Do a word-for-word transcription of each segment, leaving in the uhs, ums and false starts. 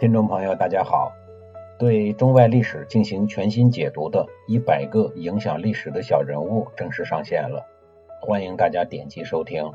听众朋友大家好，对中外历史进行全新解读的一百个影响历史的小人物正式上线了，欢迎大家点击收听。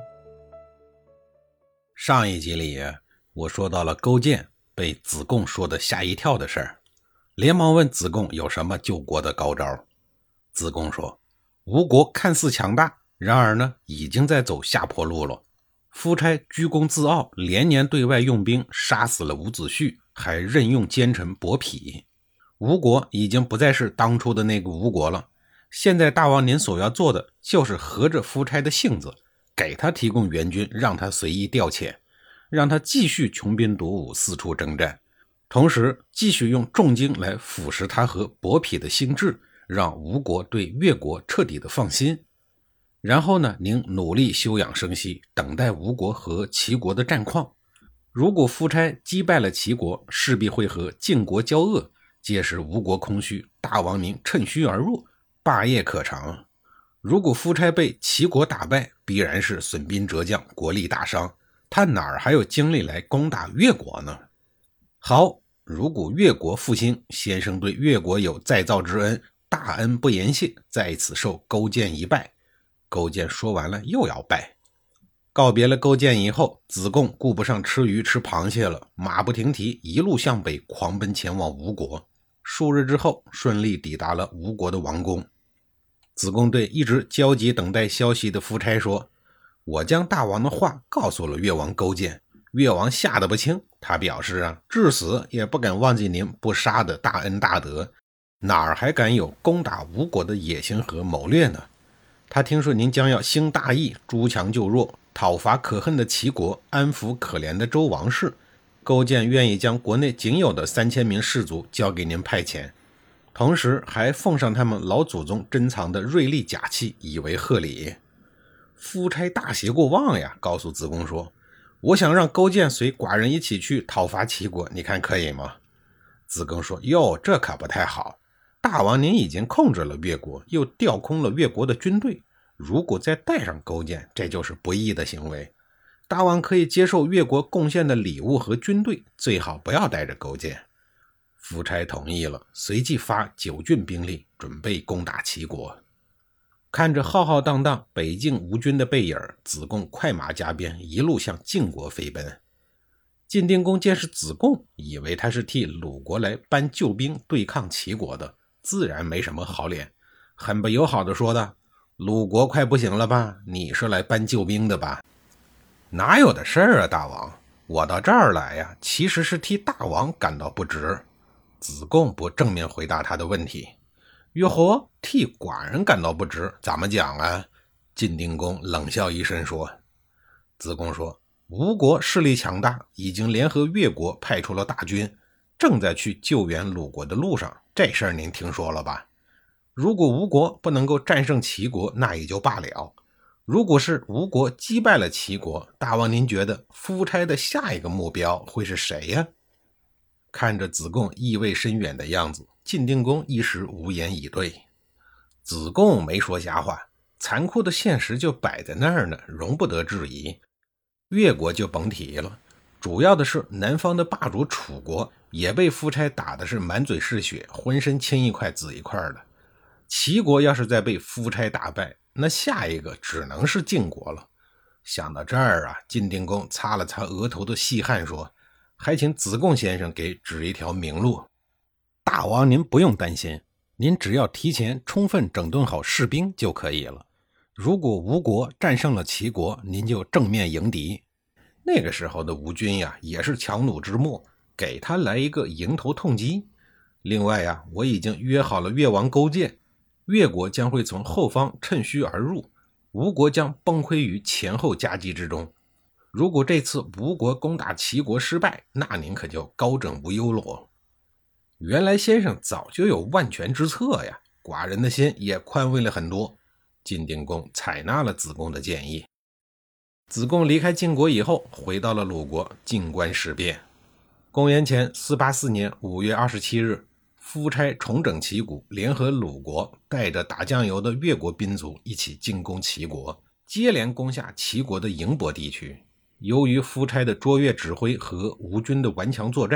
上一集里我说到了勾践被子贡说的吓一跳的事儿，连忙问子贡有什么救国的高招。子贡说，吴国看似强大，然而呢已经在走下坡路了。夫差居功自傲，连年对外用兵，杀死了伍子胥，还任用奸臣伯嚭。吴国已经不再是当初的那个吴国了，现在大王您所要做的就是合着夫差的性子，给他提供援军，让他随意调遣，让他继续穷兵黩武，四处征战，同时继续用重金来腐蚀他和伯嚭的心智，让吴国对越国彻底的放心。然后呢，您努力休养生息，等待吴国和齐国的战况。如果夫差击败了齐国，势必会和晋国交恶，届时吴国空虚，大王您趁虚而入，霸业可长。如果夫差被齐国打败，必然是损兵折将，国力大伤，他哪儿还有精力来攻打越国呢？好，如果越国复兴，先生对越国有再造之恩，大恩不言谢，在此受勾践一拜。勾践说完了又要拜。告别了勾践以后，子贡顾不上吃鱼吃螃蟹了，马不停蹄一路向北狂奔前往吴国。数日之后，顺利抵达了吴国的王宫。子贡对一直焦急等待消息的夫差说，我将大王的话告诉了越王勾践，越王吓得不轻，他表示啊，至死也不敢忘记您不杀的大恩大德，哪儿还敢有攻打吴国的野心和谋略呢？他听说您将要兴大义，诛强救弱，讨伐可恨的齐国，安抚可怜的周王室，勾践愿意将国内仅有的三千名士卒交给您派遣，同时还奉上他们老祖宗珍藏的锐利甲器，以为贺礼。夫差大喜过望呀，告诉子贡说，我想让勾践随寡人一起去讨伐齐国，你看可以吗？子贡说，哟，这可不太好，大王您已经控制了越国，又调空了越国的军队，如果再带上勾践，这就是不义的行为。大王可以接受越国贡献的礼物和军队，最好不要带着勾践。夫差同意了，随即发九郡兵力，准备攻打齐国。看着浩浩荡荡北境吴军的背影，子贡快马加鞭，一路向晋国飞奔。晋定公见是子贡，以为他是替鲁国来搬救兵对抗齐国的，自然没什么好脸，很不友好的说的，鲁国快不行了吧？你是来搬救兵的吧？哪有的事儿啊，大王，我到这儿来呀，其实是替大王感到不值。子贡不正面回答他的问题。哟呵，替寡人感到不值，怎么讲啊？晋定公冷笑一声说。子贡说，吴国势力强大，已经联合越国派出了大军，正在去救援鲁国的路上，这事儿您听说了吧？如果吴国不能够战胜齐国，那也就罢了，如果是吴国击败了齐国，大王您觉得夫差的下一个目标会是谁呀？看着子贡意味深远的样子，晋定公一时无言以对。子贡没说瞎话，残酷的现实就摆在那儿呢，容不得质疑。越国就甭提了，主要的是南方的霸主楚国也被夫差打的是满嘴是血，浑身青一块紫一块的。齐国要是再被夫差打败，那下一个只能是晋国了。想到这儿啊，晋定公擦了擦额头的细汗说，还请子贡先生给指一条明路。大王您不用担心，您只要提前充分整顿好士兵就可以了。如果吴国战胜了齐国，您就正面迎敌。那个时候的吴军呀，也是强弩之末，给他来一个迎头痛击。另外呀，我已经约好了越王勾践，越国将会从后方趁虚而入，吴国将崩溃于前后夹击之中。如果这次吴国攻打齐国失败，那您可就高枕无忧了。原来先生早就有万全之策呀，寡人的心也宽慰了很多。晋定公采纳了子贡的建议。子贡离开晋国以后，回到了鲁国，静观事变。公元前四八四年五月二十七日，夫差重整旗鼓，联合鲁国，带着打酱油的越国兵卒一起进攻齐国，接连攻下齐国的营伯地区。由于夫差的卓越指挥和吴军的顽强作战，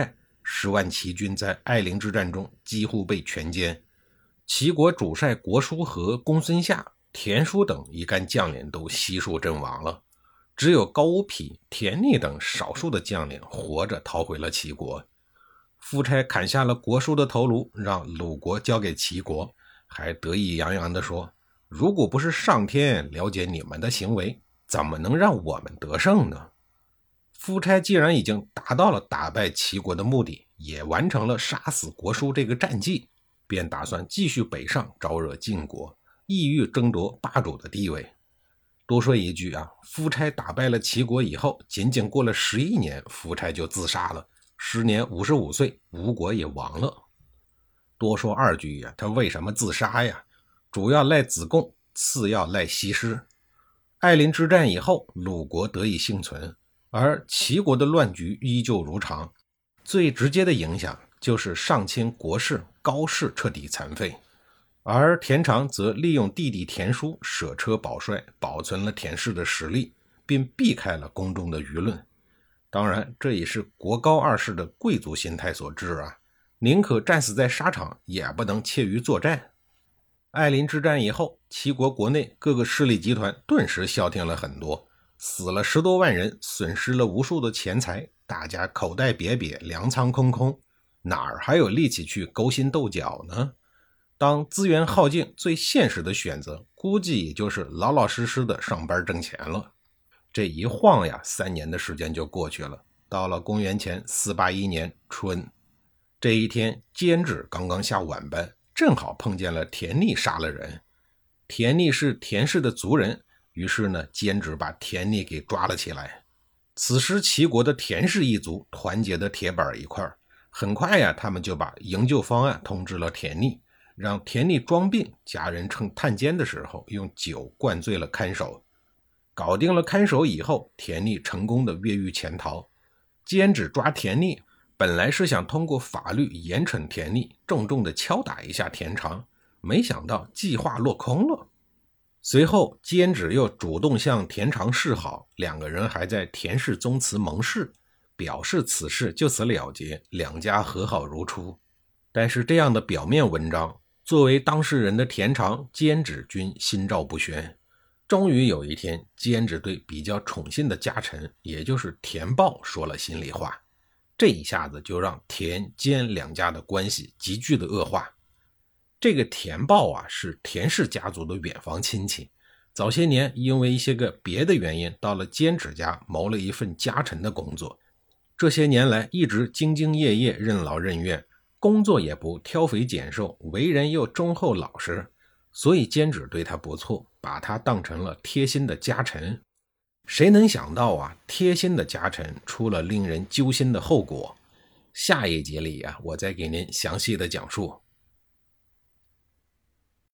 十万齐军在艾陵之战中几乎被全歼。齐国主帅国叔和、公孙夏、田叔等一干将领都悉数阵亡了，只有高无匹、田逆等少数的将领活着逃回了齐国。夫差砍下了国叔的头颅，让鲁国交给齐国，还得意洋洋地说，如果不是上天了解你们的行为，怎么能让我们得胜呢？夫差既然已经达到了打败齐国的目的，也完成了杀死国叔这个战绩，便打算继续北上招惹晋国，意欲争夺霸主的地位。多说一句啊，夫差打败了齐国以后，仅仅过了十一年，夫差就自杀了，时年五十五岁，吴国也亡了。多说二句呀，他为什么自杀呀？主要赖子贡，次要赖西施。艾陵之战以后，鲁国得以幸存，而齐国的乱局依旧如常，最直接的影响就是上卿国士高氏彻底残废，而田常则利用弟弟田叔舍车保帅，保存了田氏的实力，并避开了宫中的舆论。当然，这也是国高二世的贵族心态所致啊，宁可战死在沙场，也不能怯于作战。艾陵之战以后，齐国国内各个势力集团顿时消停了很多，死了十多万人，损失了无数的钱财，大家口袋瘪瘪，粮仓空空，哪儿还有力气去勾心斗角呢？当资源耗尽，最现实的选择估计也就是老老实实的上班挣钱了。这一晃呀，三年的时间就过去了，到了公元前四八一年春，这一天监制刚刚下晚班，正好碰见了田逆杀了人。田逆是田氏的族人，于是呢，监制把田逆给抓了起来。此时齐国的田氏一族团结的铁板一块，很快呀，他们就把营救方案通知了田逆，让田逆装病，家人趁探监的时候用酒灌醉了看守。搞定了看守以后，田逆成功的越狱潜逃。监制抓田逆本来是想通过法律严惩田逆，重重的敲打一下田常，没想到计划落空了。随后监制又主动向田常示好，两个人还在田氏宗祠盟誓，表示此事就此了结，两家和好如初。但是这样的表面文章，作为当事人的田常、监制均心照不宣。终于有一天，监制对比较宠信的家臣，也就是田豹说了心里话，这一下子就让田、监两家的关系急剧的恶化。这个田豹啊，是田氏家族的远房亲戚，早些年因为一些个别的原因，到了监制家谋了一份家臣的工作。这些年来一直兢兢业业，任劳任怨，工作也不挑肥拣瘦，为人又忠厚老实，所以监制对他不错，把他当成了贴心的家臣。谁能想到啊，贴心的家臣出了令人揪心的后果。下一集里啊，我再给您详细的讲述。